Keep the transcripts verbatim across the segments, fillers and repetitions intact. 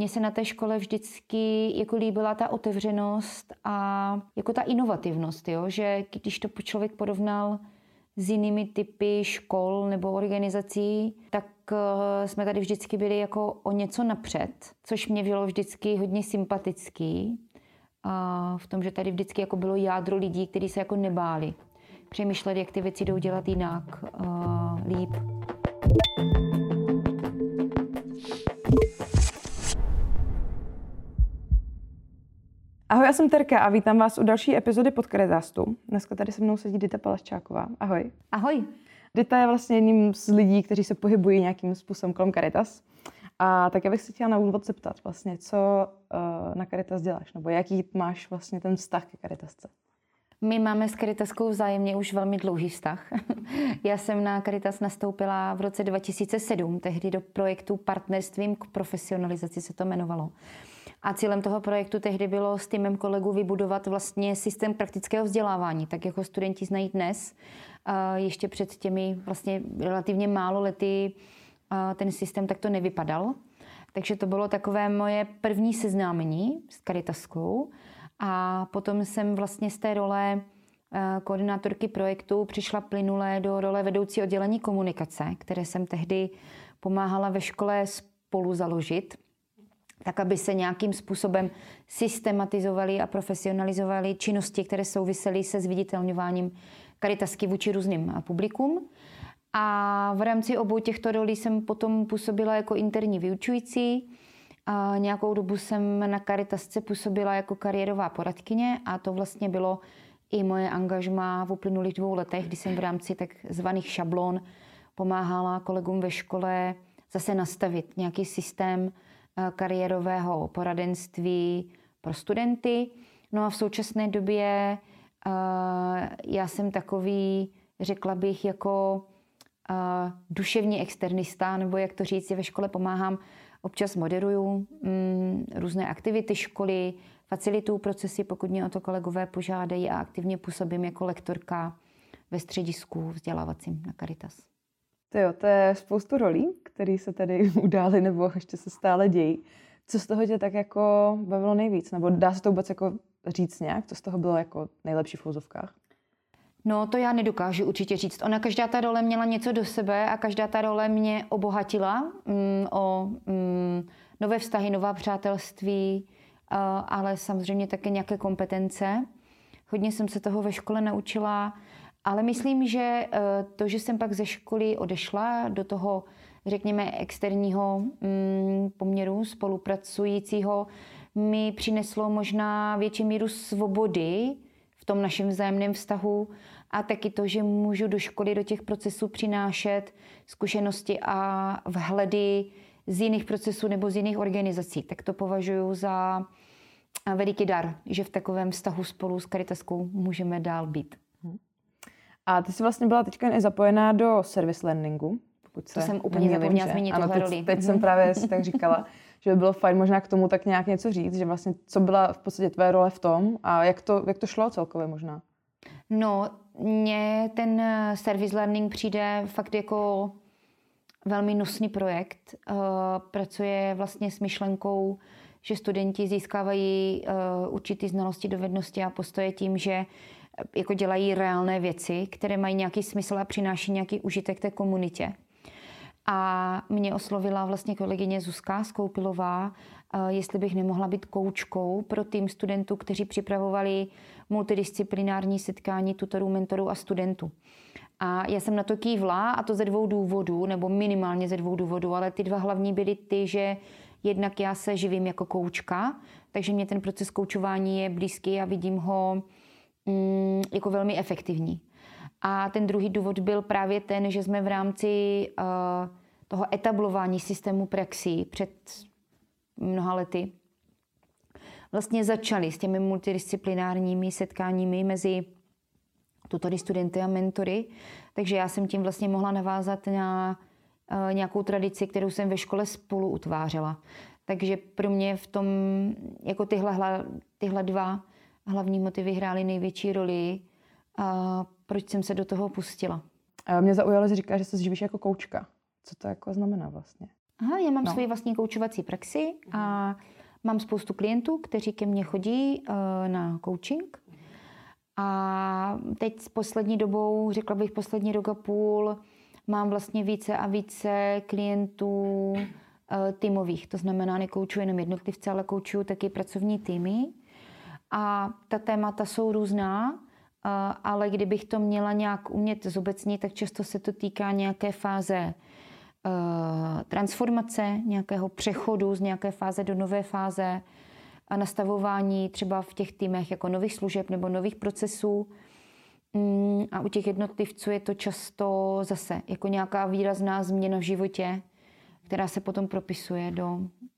mně se na té škole vždycky jako líbila ta otevřenost a jako ta inovativnost, jo? Že když to člověk porovnal s jinými typy škol nebo organizací, tak jsme tady vždycky byli jako o něco napřed, což mě bylo vždycky hodně sympatický. A v tom, že tady vždycky jako bylo jádro lidí, kteří se jako nebáli přemýšlet, jak ty věci jdou dělat jinak, uh, líp. Ahoj, já jsem Terka a vítám vás u další epizody Podcaritástu. Dneska tady se mnou sedí Dita Palaščáková. Ahoj. Ahoj. Dita je vlastně jedním z lidí, kteří se pohybují nějakým způsobem kolem Caritas. A tak já bych se chtěla na úvod zeptat vlastně, co uh, na Caritas děláš, nebo jaký máš vlastně ten vztah ke Caritasce? My máme s Caritaskou vzájemně už velmi dlouhý vztah. Já jsem na Caritas nastoupila v roce dva tisíce sedm, tehdy do projektu Partnerstvím k profesionalizaci se to jmenovalo. A cílem toho projektu tehdy bylo s týmem kolegů vybudovat vlastně systém praktického vzdělávání, tak jako studenti znají dnes. Ještě před těmi vlastně relativně málo lety ten systém takto nevypadal. Takže to bylo takové moje první seznámení s Caritaskou. A potom jsem vlastně z té role koordinátorky projektu přišla plynule do role vedoucí oddělení komunikace, které jsem tehdy pomáhala ve škole spolu založit, tak aby se nějakým způsobem systematizovaly a profesionalizovaly činnosti, které souvisely se zviditelňováním Caritasky vůči různým publikům. A v rámci obou těchto rolí jsem potom působila jako interní vyučující. A nějakou dobu jsem na Caritasce působila jako kariérová poradkyně a to vlastně bylo i moje angažmá v uplynulých dvou letech, kdy jsem v rámci takzvaných šablon pomáhala kolegům ve škole zase nastavit nějaký systém kariérového poradenství pro studenty. No a v současné době uh, já jsem takový, řekla bych, jako uh, duševní externista, nebo jak to říct, ve škole pomáhám, občas moderuju um, různé aktivity školy, facilituju procesy, pokud mě o to kolegové požádají a aktivně působím jako lektorka ve středisku vzdělávacím na Caritas. To jo, to je spoustu rolí, které se tady udály nebo ještě se stále dějí. Co z toho tě tak jako bavilo nejvíc? Nebo dá se to vůbec jako říct nějak? Co z toho bylo jako nejlepší v úzovkách? No to já nedokážu určitě říct. Ona každá ta role měla něco do sebe a každá ta role mě obohatila mm, o mm, nové vztahy, nová přátelství, uh, ale samozřejmě také nějaké kompetence. Hodně jsem se toho ve škole naučila. Ale myslím, že to, že jsem pak ze školy odešla do toho, řekněme, externího poměru spolupracujícího, mi přineslo možná větší míru svobody v tom našem vzájemném vztahu a taky to, že můžu do školy, do těch procesů přinášet zkušenosti a vhledy z jiných procesů nebo z jiných organizací. Tak to považuji za veliký dar, že v takovém vztahu spolu s Caritaskou můžeme dál být. A ty jsi vlastně byla teďka i zapojená do service learningu. Pokud se to jsem úplně zapomněla zmínit tohle roli. Teď, teď mm-hmm. jsem právě si tak říkala, že by bylo fajn možná k tomu tak nějak něco říct, že vlastně co byla v podstatě tvoje role v tom a jak to, jak to šlo celkově možná? No, mně ten service learning přijde fakt jako velmi nosný projekt. Uh, pracuje vlastně s myšlenkou, že studenti získávají uh, určitý znalosti, dovednosti a postoje tím, že jako dělají reálné věci, které mají nějaký smysl a přináší nějaký užitek té komunitě. A mě oslovila vlastně kolegyně Zuzka Skoupilová, jestli bych nemohla být koučkou pro tým studentů, kteří připravovali multidisciplinární setkání tutorů, mentorů a studentů. A já jsem na to kývla, a to ze dvou důvodů, nebo minimálně ze dvou důvodů, ale ty dva hlavní byly ty, že jednak já se živím jako koučka, takže mě ten proces koučování je blízký a vidím ho mm, jako velmi efektivní. A ten druhý důvod byl právě ten, že jsme v rámci uh, toho etablování systému praxí před mnoha lety vlastně začali s těmi multidisciplinárními setkáními mezi tutory, studenty a mentory. Takže já jsem tím vlastně mohla navázat na uh, nějakou tradici, kterou jsem ve škole spolu utvářela. Takže pro mě v tom jako tyhle, hla, tyhle dva hlavní motivy hrály největší roli. A proč jsem se do toho pustila? Mě zaujalo, že říká, že se živíš jako koučka. Co to jako znamená vlastně? Aha, já mám No. svoji vlastní koučovací praxi a mám spoustu klientů, kteří ke mně chodí uh, na coaching. A teď s poslední dobou, řekla bych poslední rok a půl, mám vlastně více a více klientů uh, týmových. To znamená, nekoučuji jenom jednotlivce, ale koučuji taky pracovní týmy. A ta témata jsou různá, uh, ale kdybych to měla nějak umět zobecnit, tak často se to týká nějaké fáze uh, transformace, nějakého přechodu z nějaké fáze do nové fáze, a nastavování třeba v těch týmech jako nových služeb nebo nových procesů. A u těch jednotlivců je to často zase jako nějaká výrazná změna v životě, která se potom propisuje do,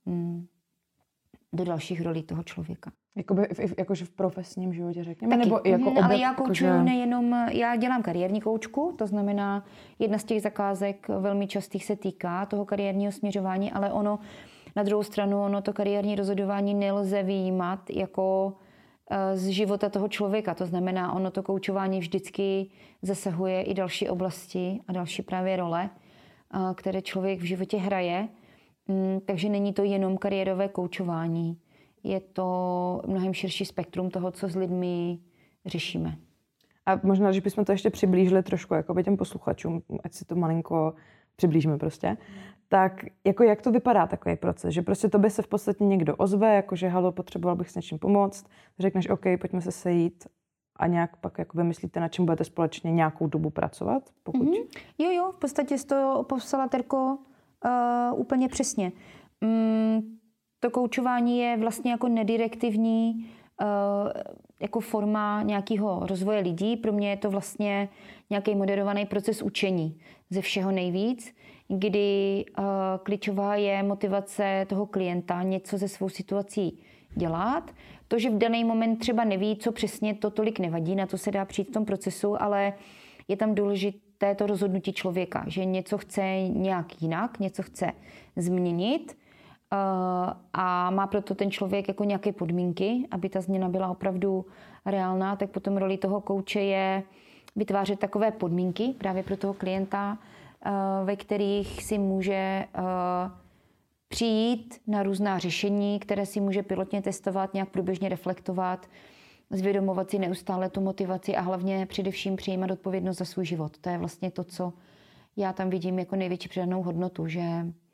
do dalších rolí toho člověka. Jakoby, v, jakože v profesním životě, řekněme? Taky. Nebo i jako hmm, ale obě, já koučuju jakože... nejenom, já dělám kariérní koučku, to znamená, jedna z těch zakázek velmi častých se týká toho kariérního směřování, ale ono na druhou stranu, ono to kariérní rozhodování nelze vyjímat jako z života toho člověka. To znamená, ono to koučování vždycky zasahuje i další oblasti a další právě role, které člověk v životě hraje. Takže není to jenom kariérové koučování. Je to mnohem širší spektrum toho, co s lidmi řešíme. A možná, že bychom to ještě přiblížili trošku jako těm posluchačům, ať si to malinko přiblížíme prostě. Tak jako jak to vypadá takový proces? Že prostě tobě se v podstatě někdo ozve, jakože halo, potřeboval bych s něčím pomoct, řekneš OK, pojďme se sejít a nějak pak jako vymyslíte, na čem budete společně nějakou dobu pracovat? Pokud... Mm-hmm. Jo, jo, v podstatě jsi to popsala, Terko, uh, úplně přesně. Mm, to koučování je vlastně jako nedirektivní uh, jako forma nějakého rozvoje lidí. Pro mě je to vlastně nějaký moderovaný proces učení ze všeho nejvíc, kdy uh, klíčová je motivace toho klienta něco se svou situací dělat. To, že v daný moment třeba neví, co přesně, to tolik nevadí, na to se dá přijít v tom procesu, ale je tam důležité to rozhodnutí člověka, že něco chce nějak jinak, něco chce změnit uh, a má proto ten člověk jako nějaké podmínky, aby ta změna byla opravdu reálná, tak potom roli toho kouče je vytvářet takové podmínky právě pro toho klienta, ve kterých si může přijít na různá řešení, které si může pilotně testovat, nějak průběžně reflektovat, zvědomovat si neustále tu motivaci a hlavně především přijímat odpovědnost za svůj život. To je vlastně to, co já tam vidím jako největší přidanou hodnotu, že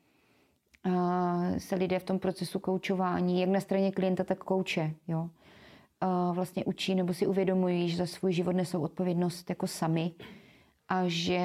se lidé v tom procesu koučování, jak na straně klienta, tak kouče, jo, vlastně učí nebo si uvědomují, že za svůj život nesou odpovědnost jako sami a že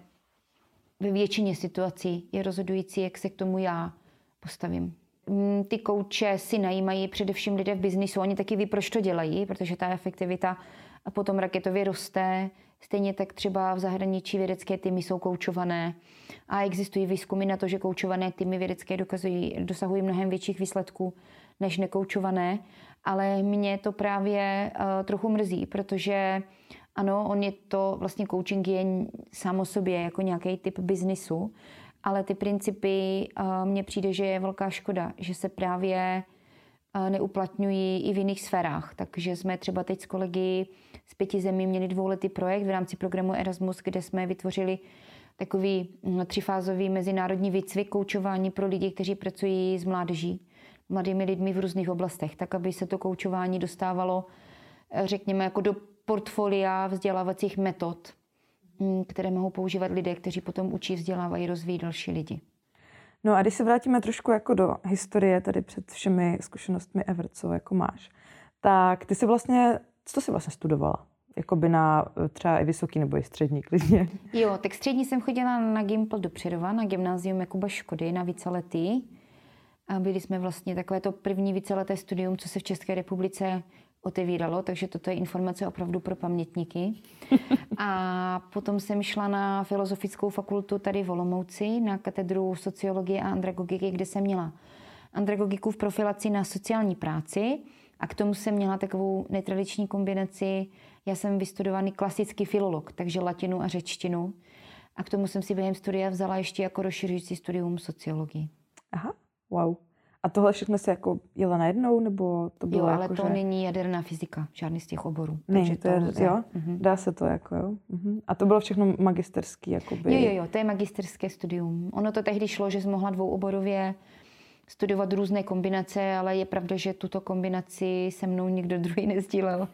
ve většině situací je rozhodující, jak se k tomu já postavím. Ty kouče si najímají především lidé v biznisu. Oni taky ví, proč to dělají, protože ta efektivita potom raketově roste. Stejně tak třeba v zahraničí vědecké týmy jsou koučované. A existují výzkumy na to, že koučované týmy vědecké dokazují, dosahují mnohem větších výsledků než nekoučované. Ale mě to právě uh, trochu mrzí, protože ano, on je to, vlastně coaching je sám o sobě jako nějaký typ biznisu, ale ty principy uh, mně přijde, že je velká škoda, že se právě uh, neuplatňují i v jiných sférách. Takže jsme třeba teď s kolegy z pěti zemí měli dvouletý projekt v rámci programu Erasmus, kde jsme vytvořili takový um, třifázový mezinárodní výcvik koučování pro lidi, kteří pracují s mládeží, mladými lidmi v různých oblastech, tak aby se to koučování dostávalo, řekněme, jako do portfolia vzdělávacích metod, které mohou používat lidé, kteří potom učí, vzdělávají, rozvíjí další lidi. No a když se vrátíme trošku jako do historie, tady před všemi zkušenostmi ever, co jako máš, tak ty jsi vlastně, co jsi vlastně studovala? Jakoby na třeba i vysoký nebo i střední klidně. Jo, tak střední jsem chodila na Gimpl do Přerova, na gymnázium Jakuba Škody, na víceletý. A byli jsme vlastně takové to první víceleté studium, co se v České republice otevíralo, takže toto je informace opravdu pro pamětníky. A potom jsem šla na Filozofickou fakultu tady v Olomouci, na katedru sociologie a andragogiky, kde jsem měla andragogiku v profilaci na sociální práci a k tomu jsem měla takovou netradiční kombinaci. Já jsem vystudovaný klasický filolog, takže latinu a řečtinu. A k tomu jsem si během studia vzala ještě jako rozšiřující studium sociologii. Aha, wow. A tohle všechno se jako jela najednou, nebo to bylo jo, jako, ale to že... není jaderná fyzika, žádný z těch oborů. Ne, takže to je, lze. jo, Mhm. dá se to jako, jo. Mhm. A to bylo všechno magisterský, jakoby. Jo, jo, jo, to je magisterské studium. Ono to tehdy šlo, že jsi mohla dvouoborově studovat různé kombinace, ale je pravda, že tuto kombinaci se mnou nikdo druhý nezdílel.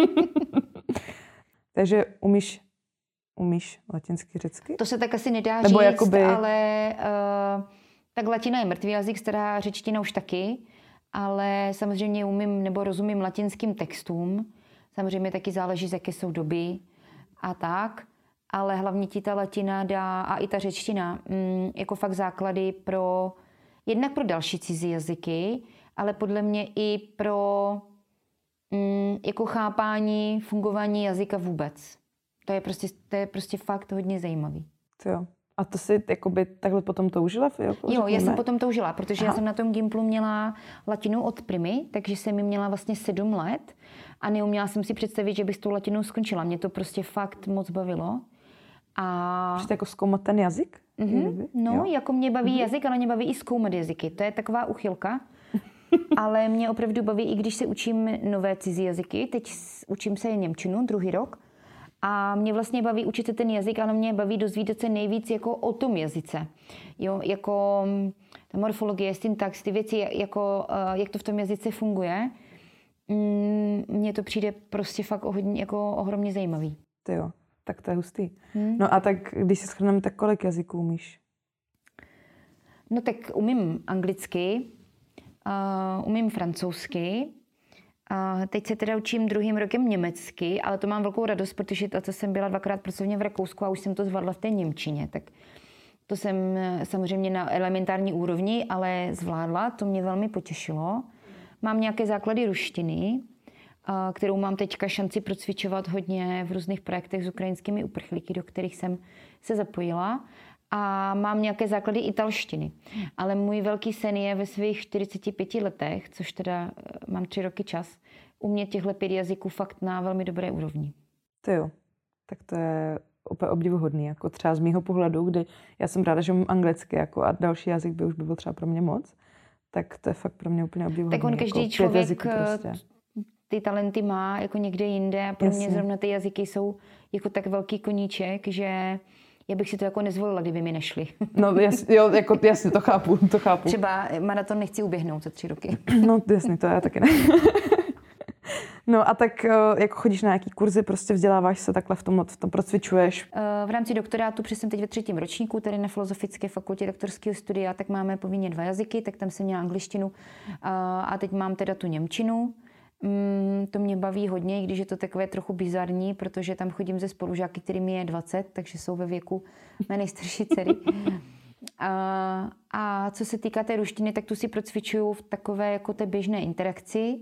Takže umíš, umíš latinsky, řecky? To se tak asi nedá Nebo říct, jakoby... ale uh, tak latina je mrtvý jazyk, stará řečtina už taky, ale samozřejmě umím nebo rozumím latinským textům. Samozřejmě taky záleží, z jaké jsou doby a tak, ale hlavně ti ta latina dá a i ta řečtina mm, jako fakt základy pro, jednak pro další cizí jazyky, ale podle mě i pro mm, jako chápání, fungování jazyka vůbec. To je prostě, to je prostě fakt hodně zajímavý. Jo. A to si jakoby takhle potom toužila? Jako Jo, já jsem potom toužila, protože Aha. já jsem na tom Gimplu měla latinu od primy, takže jsem ji měla vlastně sedm let a neuměla jsem si představit, že bych s tou latinou skončila. Mě to prostě fakt moc bavilo. A... Prostě jako zkoumat ten jazyk? Mm-hmm. No, jo. jako mě baví mm-hmm. jazyk, ale mě baví i zkoumat jazyky. To je taková uchylka. Ale mě opravdu baví, i když se učím nové cizí jazyky. Teď učím se němčinu, druhý rok. A mě vlastně baví učit se ten jazyk, ale mě baví dozvídat se nejvíc jako o tom jazyce. Jo, jako ta morfologie, syntax, ty věci, jako, jak to v tom jazyce funguje. Mně to přijde prostě fakt hodně, jako ohromně zajímavý. Ty jo, tak to je hustý. Hmm. No a tak, když se shrneme, tak kolik jazyků umíš? No tak umím anglicky, uh, umím francouzsky, uh, teď se teda učím druhým rokem německy, ale to mám velkou radost, protože to jsem byla dvakrát pracovně v Rakousku a už jsem to zvládla v té němčině, tak to jsem samozřejmě na elementární úrovni, ale zvládla, to mě velmi potěšilo. Mám nějaké základy ruštiny, uh, kterou mám teďka šanci procvičovat hodně v různých projektech s ukrajinskými uprchlíky, do kterých jsem se zapojila. A mám nějaké základy italštiny. Ale můj velký sen je ve svých čtyřiceti pěti letech, což teda mám tři roky čas, umět těchto pět jazyků fakt na velmi dobré úrovni. To jo, tak to je úplně obdivuhodný, jako třeba z mýho pohledu, kdy já jsem ráda, že mám anglicky jako a další jazyk by už by byl třeba pro mě moc, tak to je fakt pro mě úplně obdivuhodný. Tak on každý jako člověk prostě. ty talenty má jako někde jinde a pro Jasně. mě zrovna ty jazyky jsou jako tak velký koníček, že já bych si to jako nezvolila, kdyby mi nešli. No jasně, jo, jako, jasně, to chápu, to chápu. Třeba maraton nechci uběhnout za tři roky. No jasně, to já taky ne. No a tak jako chodíš na nějaký kurzy, prostě vzděláváš se takhle v tom, v tom procvičuješ? V rámci doktorátu, protože jsem teď ve třetím ročníku, tady na Filozofické fakultě doktorského studia, tak máme povinně dva jazyky, tak tam jsem měla angličtinu a teď mám teda tu němčinu. Mm, to mě baví hodně, i když je to takové trochu bizarní, protože tam chodím ze spolužáky, kterými je dvacet, takže jsou ve věku mé nejstarší dcery. A, a co se týká té ruštiny, tak tu si procvičuju v takové jako té běžné interakci.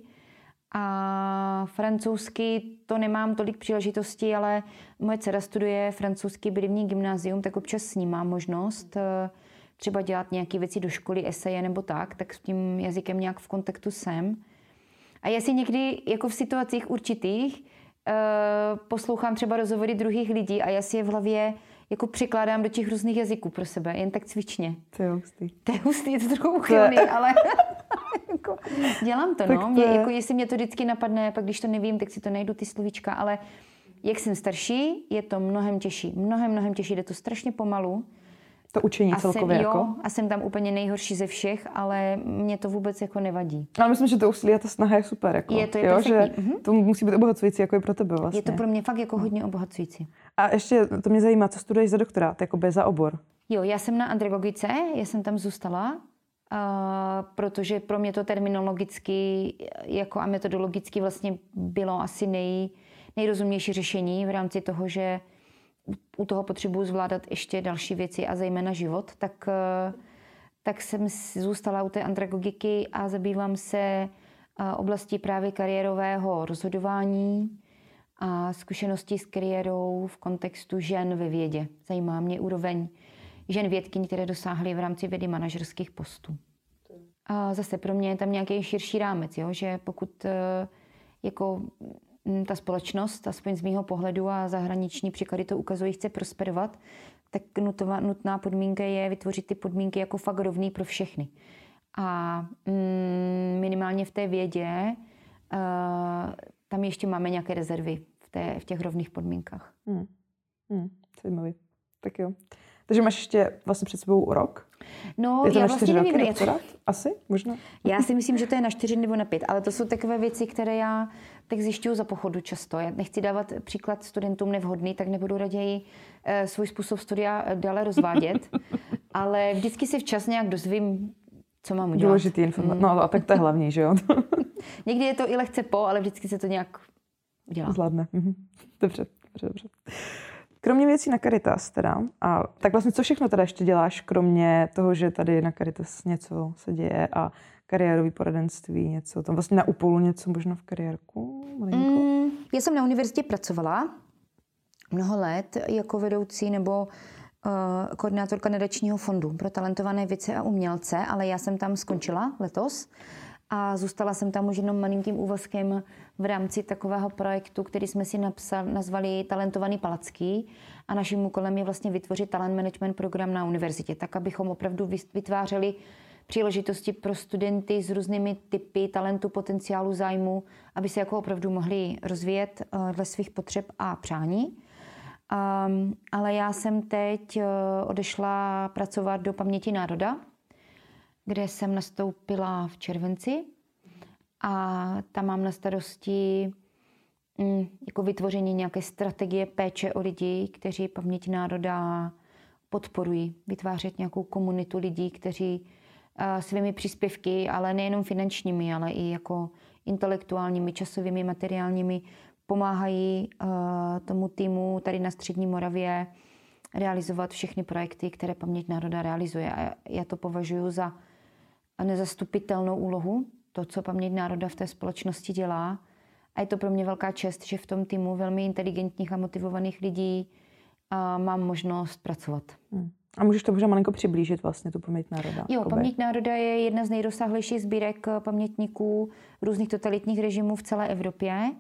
A francouzsky to nemám tolik příležitostí, ale moje dcera studuje francouzský bilivní gymnázium, tak občas s ní mám možnost třeba dělat nějaké věci do školy, eseje nebo tak, tak s tím jazykem nějak v kontaktu jsem. A já si někdy jako v situacích určitých uh, poslouchám třeba rozhovory druhých lidí a já si je v hlavě jako překládám do těch různých jazyků pro sebe, jen tak cvičně. To je hustý. To je hustý, je to trochu uchylný, ale jako, dělám to, no. Mě, jako, jestli mě to vždycky napadne, pak když to nevím, tak si to najdu ty slovíčka, ale jak jsem starší, je to mnohem těžší. Mnohem, mnohem těžší, jde to strašně pomalu. To učení a celkově jsem, jako? Jo, a jsem tam úplně nejhorší ze všech, ale mě to vůbec jako nevadí. Ale myslím, že to úsilí a ta snaha je super. Jako. Je, to je jo, že mhm. to musí být obohacující jako i pro tebe vlastně. Je to pro mě fakt jako hodně obohacující. A ještě to mě zajímá, co studuješ za doktorát, jako bez za obor? Jo, já jsem na andragogice, já jsem tam zůstala, uh, protože pro mě to terminologicky jako a metodologicky vlastně bylo asi nej, nejrozumnější řešení v rámci toho, že u toho potřebuji zvládat ještě další věci a zejména život, tak, tak jsem zůstala u té andragogiky a zabývám se oblastí právě kariérového rozhodování a zkušeností s kariérou v kontextu žen ve vědě. Zajímá mě úroveň žen vědkyň, které dosáhly v rámci vědy manažerských postů. A zase pro mě je tam nějaký širší rámec, jo? Že pokud jako ta společnost, aspoň z mýho pohledu a zahraniční příklady to ukazují, chce prosperovat, tak nutná, nutná podmínka je vytvořit ty podmínky jako fakt rovný pro všechny. A mm, minimálně v té vědě uh, tam ještě máme nějaké rezervy v, té, v těch rovných podmínkách. Hmm. Hmm. Zajímavý. Tak jo. Takže máš ještě vlastně před sebou rok? No, je to já na vlastně čtyři nevím, roky je to... doktorát? Asi? Možná? Já si myslím, že to je na čtyři nebo na pět, ale to jsou takové věci, které já tak zjišťuju za pochodu často. Já nechci dávat příklad studentům nevhodný, tak nebudu raději e, svůj způsob studia dále rozvádět, ale vždycky si včas nějak dozvím, co mám udělat. Důležitý informace. Mm. No a tak to je hlavní, že jo? Někdy je to i lehce po, ale vždycky se to nějak udělá. Zvládne. Mhm. Dobře, dobře, dobře. Kromě věcí na Caritas teda, a tak vlastně co všechno teda ještě děláš, kromě toho, že tady na Caritas něco se děje a kariérový poradenství, něco, tam vlastně na Upolu něco možná v kariérku? Mm, já jsem na univerzitě pracovala mnoho let jako vedoucí nebo uh, koordinátorka nadačního fondu pro talentované vědce a umělce, ale já jsem tam skončila letos a zůstala jsem tam už jenom malinkým úvazkem v rámci takového projektu, který jsme si napsal, nazvali Talentovaný Palacký a naším úkolem je vlastně vytvořit talent management program na univerzitě, tak abychom opravdu vytvářeli příležitosti pro studenty s různými typy talentu, potenciálu, zájmu, aby se jako opravdu mohli rozvíjet uh, dle svých potřeb a přání. Um, ale já jsem teď uh, odešla pracovat do Paměti národa, kde jsem nastoupila v červenci a tam mám na starosti mm, jako vytvoření nějaké strategie péče o lidi, kteří Paměť národa podporují. Vytvářet nějakou komunitu lidí, kteří uh, svými příspěvky, ale nejenom finančními, ale i jako intelektuálními, časovými, materiálními, pomáhají uh, tomu týmu tady na Střední Moravě realizovat všechny projekty, které Paměť národa realizuje. A já to považuji za nezastupitelnou úlohu, to, co Paměť národa v té společnosti dělá. A je to pro mě velká čest, že v tom týmu velmi inteligentních a motivovaných lidí uh, mám možnost pracovat. Hmm. A můžeš to možná malinko přiblížit vlastně, tu Paměť národa? Jo, Paměť národa je jedna z nejrozsáhlejších sbírek pamětníků různých totalitních režimů v celé Evropě.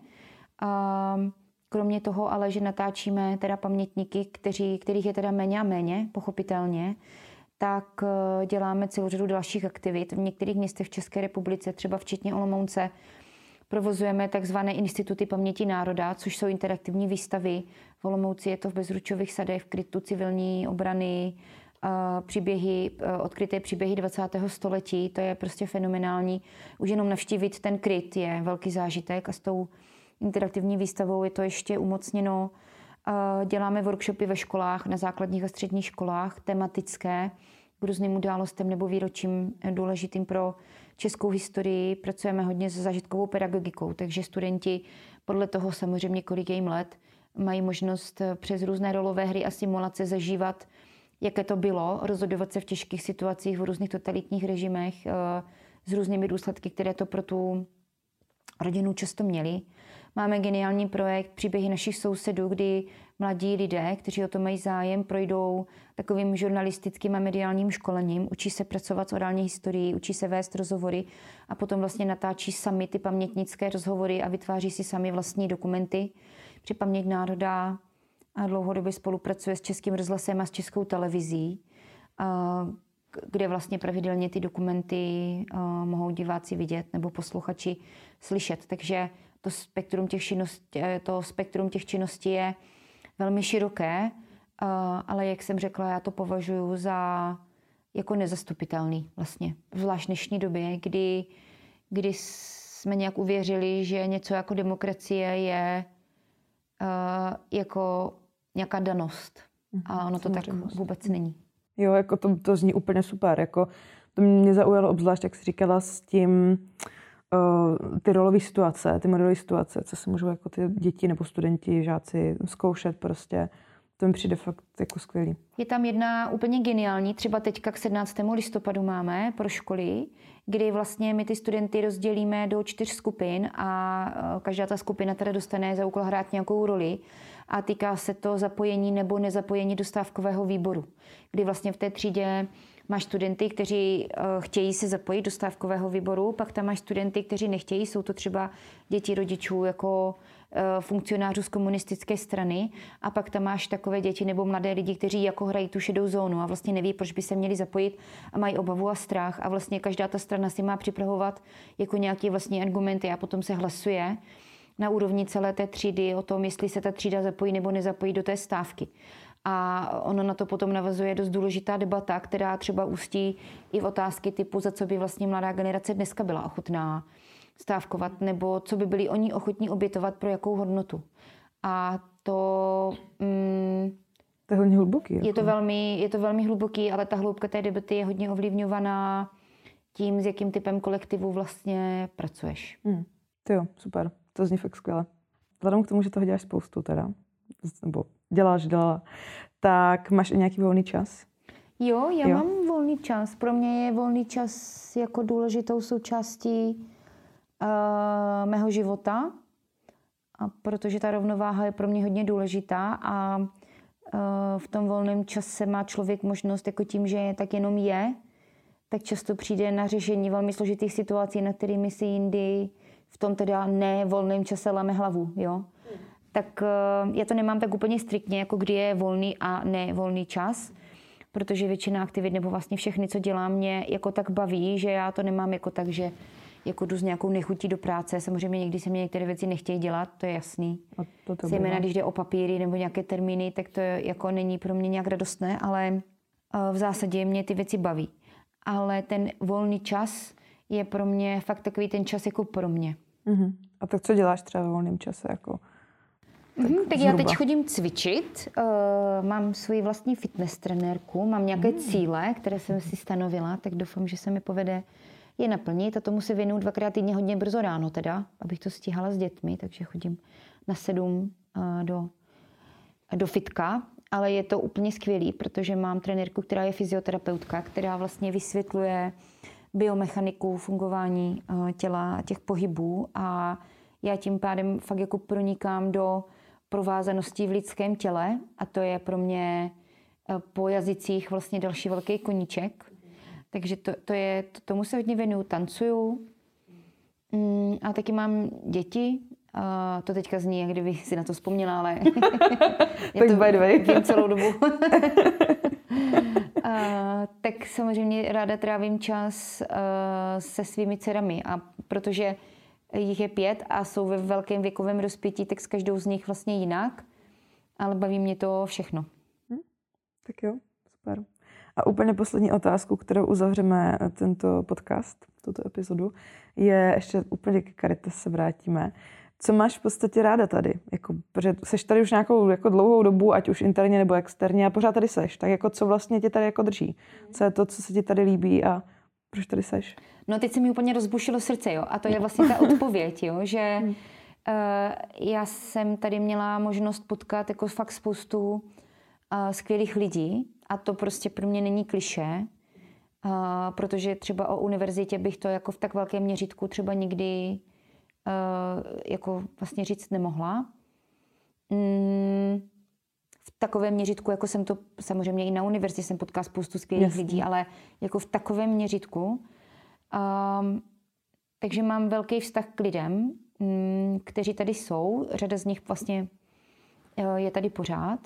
Um, kromě toho ale, že natáčíme teda pamětníky, kteří, kterých je teda méně a méně, pochopitelně, tak uh, děláme celou řadu dalších aktivit. V některých městech v České republice, třeba včetně Olomouce, provozujeme takzvané instituty paměti národa, což jsou interaktivní výstavy. V Olomouci je to v Bezručových sadech, v krytu civilní obrany, uh, příběhy, uh, odkryté příběhy dvacátého století. To je prostě fenomenální. Už jenom navštívit ten kryt je velký zážitek a s tou interaktivní výstavou je to ještě umocněno. Děláme workshopy ve školách, na základních a středních školách, tematické, k různým událostem nebo výročím důležitým pro českou historii. Pracujeme hodně s zážitkovou pedagogikou, takže studenti podle toho samozřejmě, kolik je jim let, mají možnost přes různé rolové hry a simulace zažívat, jaké to bylo, rozhodovat se v těžkých situacích v různých totalitních režimech s různými důsledky, které to pro tu rodinu často měli. Máme geniální projekt Příběhy našich sousedů, kdy mladí lidé, kteří o to mají zájem, projdou takovým žurnalistickým a mediálním školením, učí se pracovat s orální historií, učí se vést rozhovory a potom vlastně natáčí sami ty pamětnické rozhovory a vytváří si sami vlastní dokumenty. Při Paměť národa a dlouhodobě spolupracuje s Českým rozhlasem a s Českou televizí, kde vlastně pravidelně ty dokumenty mohou diváci vidět nebo posluchači slyšet. Takže to spektrum těch činností, to spektrum těch činností je velmi široké, ale jak jsem řekla, já to považuji za jako nezastupitelný vlastně. Zvlášť v dnešní době, kdy, kdy jsme nějak uvěřili, že něco jako demokracie je uh, jako nějaká danost. A ono to tak vůbec není. Jo, jako to, to zní úplně super. Jako, to mě zaujalo obzvlášť, jak jsi říkala, s tím uh, ty rolové situace, ty modelové situace, co si můžou jako ty děti nebo studenti, žáci zkoušet prostě. To mi přijde fakt jako skvělý. Je tam jedna úplně geniální, třeba teďka k sedmnáctému listopadu máme pro školy, kdy vlastně my ty studenty rozdělíme do čtyř skupin a každá ta skupina teda dostane za úkol hrát nějakou roli a týká se to zapojení nebo nezapojení do stávkového výboru, kdy vlastně v té třídě máš studenty, kteří uh, chtějí se zapojit do stávkového výboru, pak tam máš studenty, kteří nechtějí, jsou to třeba děti rodičů jako uh, funkcionářů z komunistické strany a pak tam máš takové děti nebo mladé lidi, kteří jako hrají tu šedou zónu a vlastně neví, proč by se měli zapojit a mají obavu a strach a vlastně každá ta strana si má připravovat jako nějaké vlastní argumenty a potom se hlasuje na úrovni celé té třídy o tom, jestli se ta třída zapojí nebo nezapojí do té stávky. A ono na to potom navazuje dost důležitá debata, která třeba ústí i v otázky typu, za co by vlastně mladá generace dneska byla ochotná stávkovat, nebo co by byli oni ochotní obětovat pro jakou hodnotu. A to... Mm, to je hodně hluboký. Jako. Je to velmi, je to velmi hluboký, ale ta hloubka té debaty je hodně ovlivňovaná tím, s jakým typem kolektivu vlastně pracuješ. Hmm. Ty jo, super. To zní fakt skvěle. Vzhledem k tomu, že toho děláš spoustu teda, nebo děláš, dělala, tak máš i nějaký volný čas? Jo, já jo? mám volný čas. Pro mě je volný čas jako důležitou součástí uh, mého života, a protože ta rovnováha je pro mě hodně důležitá a uh, v tom volném čase má člověk možnost, jako tím, že tak jenom je, tak často přijde na řešení velmi složitých situací, na kterými si jindy v tom teda ne volném čase láme hlavu, jo. Hmm. Tak uh, já to nemám tak úplně striktně, jako kdy je volný a ne volný čas, protože většina aktivit nebo vlastně všechny, co dělám, mě jako tak baví, že já to nemám jako tak, že jako jdu s nějakou nechutí do práce. Samozřejmě někdy se mě některé věci nechtějí dělat, to je jasný. Zejména když jde o papíry nebo nějaké termíny, tak to jako není pro mě nějak radostné, ale uh, v zásadě mě ty věci baví. Ale ten volný čas je pro mě fakt takový ten čas jako pro mě. Uh-huh. A tak co děláš třeba ve volném čase? Jako, tak uh-huh, tak já teď chodím cvičit, uh, mám svoji vlastní fitness trenérku, mám nějaké uh-huh. cíle, které jsem si stanovila, tak doufám, že se mi povede je naplnit a tomu se věnuju dvakrát týdně hodně brzo ráno teda, abych to stihala s dětmi, takže chodím na sedm uh, do, do fitka. Ale je to úplně skvělý, protože mám trenérku, která je fyzioterapeutka, která vlastně vysvětluje biomechaniku, fungování těla a těch pohybů a já tím pádem fakt jako pronikám do provázaností v lidském těle a to je pro mě po jazycích vlastně další velký koníček. Takže to, to je, to, tomu se hodně věnuju, tancuju a taky mám děti. Uh, to teďka zní, jak kdybych si na to vzpomněla, ale tak to by the way. Vím celou dobu. uh, tak samozřejmě ráda trávím čas uh, se svými dcerami a protože jich je pět a jsou ve velkém věkovém rozpětí, tak s každou z nich vlastně jinak, ale baví mě to všechno. Hm, tak jo, super. A úplně poslední otázku, kterou uzavřeme tento podcast, tuto epizodu, je ještě úplně k Caritas se vrátíme. Co máš v podstatě ráda tady? Jako, protože seš tady už nějakou jako dlouhou dobu, ať už interně nebo externě a pořád tady seš. Tak jako co vlastně tě tady jako drží? Co je to, co se ti tady líbí a proč tady seš? No teď se mi úplně rozbušilo srdce, jo. A to je vlastně ta odpověď, jo, že uh, já jsem tady měla možnost potkat jako fakt spoustu uh, skvělých lidí a to prostě pro mě není klišé, uh, protože třeba o univerzitě bych to jako v tak velkém měřítku třeba nikdy Uh, jako vlastně říct nemohla. Mm, v takovém měřítku, jako jsem to samozřejmě i na univerzitě jsem potkala spoustu skvělých Jasně. lidí, ale jako v takovém měřítku. Um, takže mám velký vztah k lidem, um, kteří tady jsou. Řada z nich vlastně uh, je tady pořád.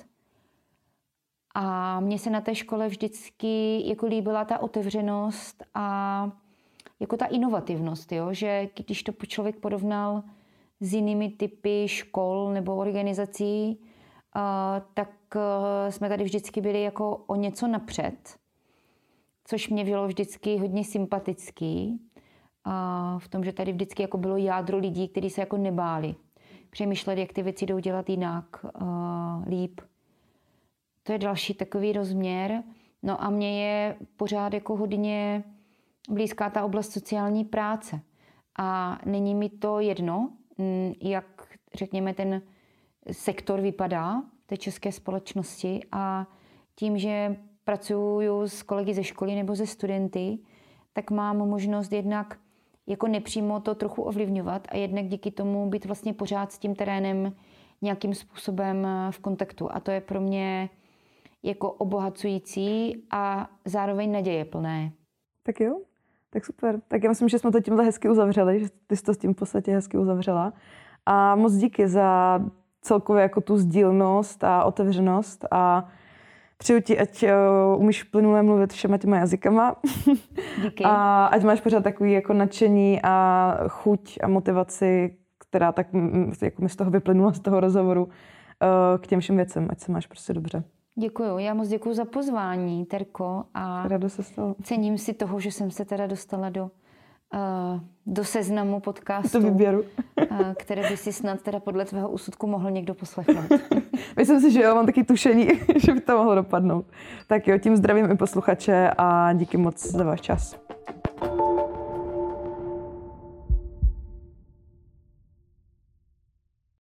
A mně se na té škole vždycky jako líbila ta otevřenost a jako ta inovativnost, jo? Že když to člověk porovnal s jinými typy škol nebo organizací, uh, tak uh, jsme tady vždycky byli jako o něco napřed, což mě bylo vždycky hodně sympatický. Uh, v tom, že tady vždycky jako bylo jádro lidí, kteří se jako nebáli přemýšlet, jak ty věci jdou dělat jinak, uh, líp. To je další takový rozměr. No a mně je pořád jako hodně blízká ta oblast sociální práce. A není mi to jedno, jak, řekněme, ten sektor vypadá té české společnosti a tím, že pracuju s kolegy ze školy nebo ze studenty, tak mám možnost jednak jako nepřímo to trochu ovlivňovat a jednak díky tomu být vlastně pořád s tím terénem nějakým způsobem v kontaktu. A to je pro mě jako obohacující a zároveň nadějeplné. Tak jo, tak super. Tak já myslím, že jsme to tímhle hezky uzavřeli, že ty jsi to s tím v podstatě hezky uzavřela. A moc díky za celkově jako tu sdílnost a otevřenost a přeju ti, ať uh, umíš plynule mluvit všema těma jazykama. Díky. A ať máš pořád takový jako nadšení a chuť a motivaci, která tak jako mi z toho vyplynula z toho rozhovoru uh, k těm všem věcem, ať se máš prostě dobře. Děkuju. Já moc děkuju za pozvání, Terko. A Radost se stalo. Cením si toho, že jsem se teda dostala do, uh, do seznamu podcastu, to výběru. uh, které by si snad teda podle tvého úsudku mohl někdo poslechnout. Myslím si, že jo, mám taky tušení, že by to mohlo dopadnout. Tak jo, tím zdravím i posluchače a díky moc za váš čas.